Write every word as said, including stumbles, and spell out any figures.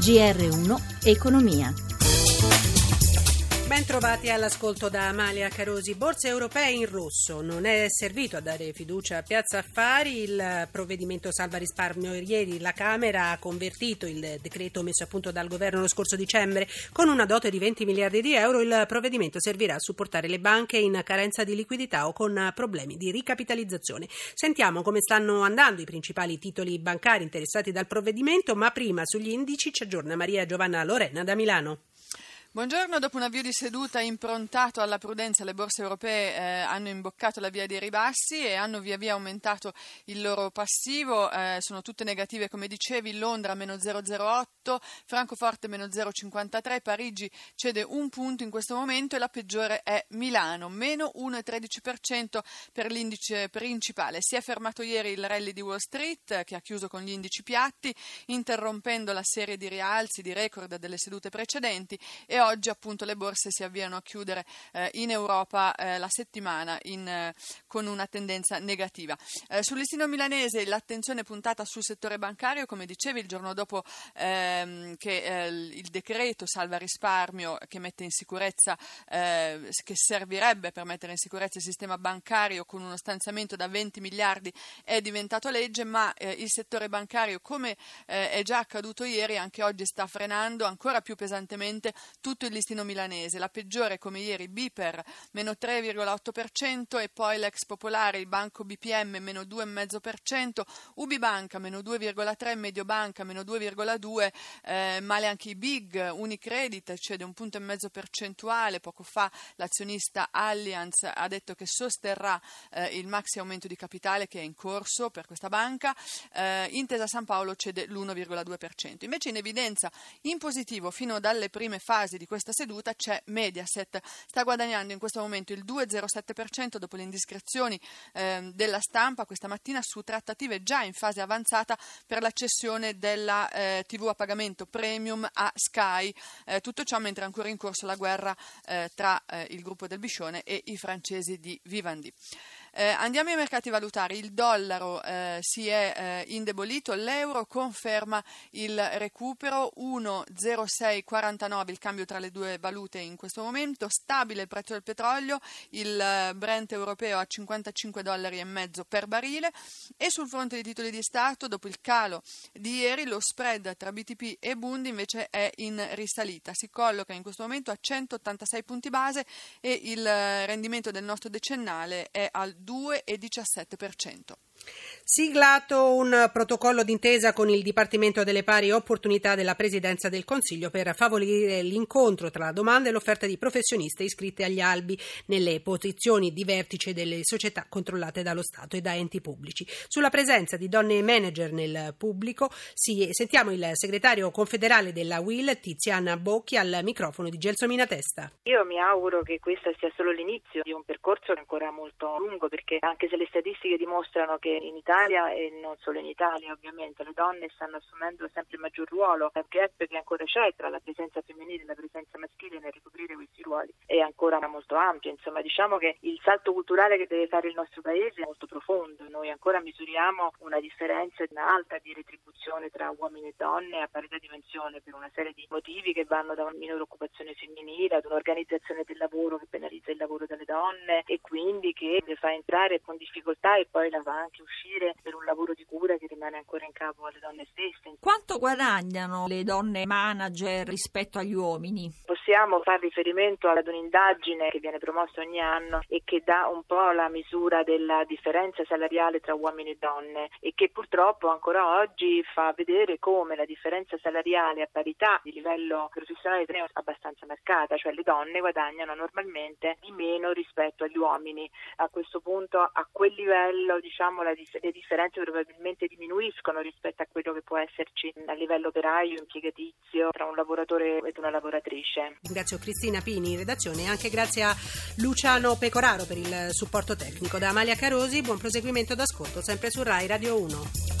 G R uno Economia. Ben trovati all'ascolto da Amalia Carosi. Borse europee in rosso. Non è servito a dare fiducia a Piazza Affari il provvedimento salva risparmio. Ieri la Camera ha convertito il decreto messo a punto dal governo lo scorso dicembre. Con una dote di venti miliardi di euro il provvedimento servirà a supportare le banche in carenza di liquidità o con problemi di ricapitalizzazione. Sentiamo come stanno andando i principali titoli bancari interessati dal provvedimento, ma prima sugli indici ci aggiorna Maria Giovanna Lorena da Milano. Buongiorno, dopo un avvio di seduta improntato alla prudenza, le borse europee eh, hanno imboccato la via dei ribassi e hanno via via aumentato il loro passivo, eh, sono tutte negative come dicevi, Londra meno zero virgola zero otto, Francoforte meno zero virgola cinquantatré, Parigi cede un punto in questo momento e la peggiore è Milano, meno uno virgola tredici per cento per l'indice principale. Si è fermato ieri il rally di Wall Street che ha chiuso con gli indici piatti, interrompendo la serie di rialzi, di record delle sedute precedenti e oggi appunto le borse si avviano a chiudere eh, in Europa eh, la settimana in, eh, con una tendenza negativa. Eh, sul listino milanese l'attenzione è puntata sul settore bancario, come dicevi il giorno dopo ehm, che eh, il decreto salva risparmio che mette in sicurezza, eh, che servirebbe per mettere in sicurezza il sistema bancario con uno stanziamento da venti miliardi è diventato legge, ma eh, il settore bancario, come eh, è già accaduto ieri, anche oggi sta frenando ancora più pesantemente tutto il listino milanese. La peggiore come ieri Biper meno tre virgola otto per cento e poi l'ex Popolare, il Banco B P M meno due virgola cinque per cento, Ubibanca meno due virgola tre, Mediobanca meno due virgola due, eh, male anche i Big, Unicredit cede un punto e mezzo percentuale. Poco fa l'azionista Allianz ha detto che sosterrà eh, il maxi aumento di capitale che è in corso per questa banca. eh, Intesa San Paolo cede l'uno virgola due per cento. Invece in evidenza in positivo fino dalle prime fasi di questa seduta c'è Mediaset, sta guadagnando in questo momento il due virgola zero sette per cento dopo le indiscrezioni eh, della stampa questa mattina su trattative già in fase avanzata per la cessione della eh, tivù a pagamento premium a Sky, eh, tutto ciò mentre è ancora in corso la guerra eh, tra eh, il gruppo del Biscione e i francesi di Vivendi. Eh, andiamo ai mercati valutari, il dollaro eh, si è eh, indebolito, l'euro conferma il recupero, uno virgola zero sei quarantanove il cambio tra le due valute in questo momento, stabile il prezzo del petrolio, il eh, Brent europeo a cinquantacinque dollari e mezzo per barile e sul fronte dei titoli di Stato dopo il calo di ieri lo spread tra B T P e Bund invece è in risalita, si colloca in questo momento a centottantasei punti base e il eh, rendimento del nostro decennale è al due virgola diciassette per cento. Siglato un protocollo d'intesa con il Dipartimento delle Pari Opportunità della Presidenza del Consiglio per favorire l'incontro tra la domanda e l'offerta di professioniste iscritte agli albi nelle posizioni di vertice delle società controllate dallo Stato e da enti pubblici. Sulla presenza di donne manager nel pubblico si, sentiamo il segretario confederale della U I L, Tiziana Bocchi, al microfono di Gelsomina Testa. Io mi auguro che questo sia solo l'inizio di un percorso ancora molto lungo, perché anche se le statistiche dimostrano che in Italia e non solo in Italia ovviamente le donne stanno assumendo sempre maggior ruolo, il gap che ancora c'è tra la presenza femminile e la presenza maschile nel ricoprire questi ruoli è ancora molto ampio. Insomma, diciamo che il salto culturale che deve fare il nostro paese è molto profondo. Noi ancora misuriamo una differenza alta di retribuzione tra uomini e donne a parità di mansione per una serie di motivi che vanno da una minore occupazione femminile ad un'organizzazione del lavoro che penalizza il lavoro delle donne e quindi che le fa entrare con difficoltà e poi la fa anche uscire per un lavoro di cura che rimane ancora in capo alle donne stesse. Quanto guadagnano le donne manager rispetto agli uomini? Possiamo fare riferimento ad un'indagine che viene promossa ogni anno e che dà un po' la misura della differenza salariale tra uomini e donne e che purtroppo ancora oggi fa vedere come la differenza salariale a parità di livello professionale è abbastanza marcata, cioè le donne guadagnano normalmente di meno rispetto agli uomini. A questo punto a quel livello diciamo la dif- le differenze probabilmente diminuiscono rispetto a quello che può esserci a livello operaio, impiegatizio tra un lavoratore ed una lavoratrice. Ringrazio Cristina Pini in redazione e anche grazie a Luciano Pecoraro per il supporto tecnico. Da Amalia Carosi, buon proseguimento d'ascolto sempre su Rai Radio uno.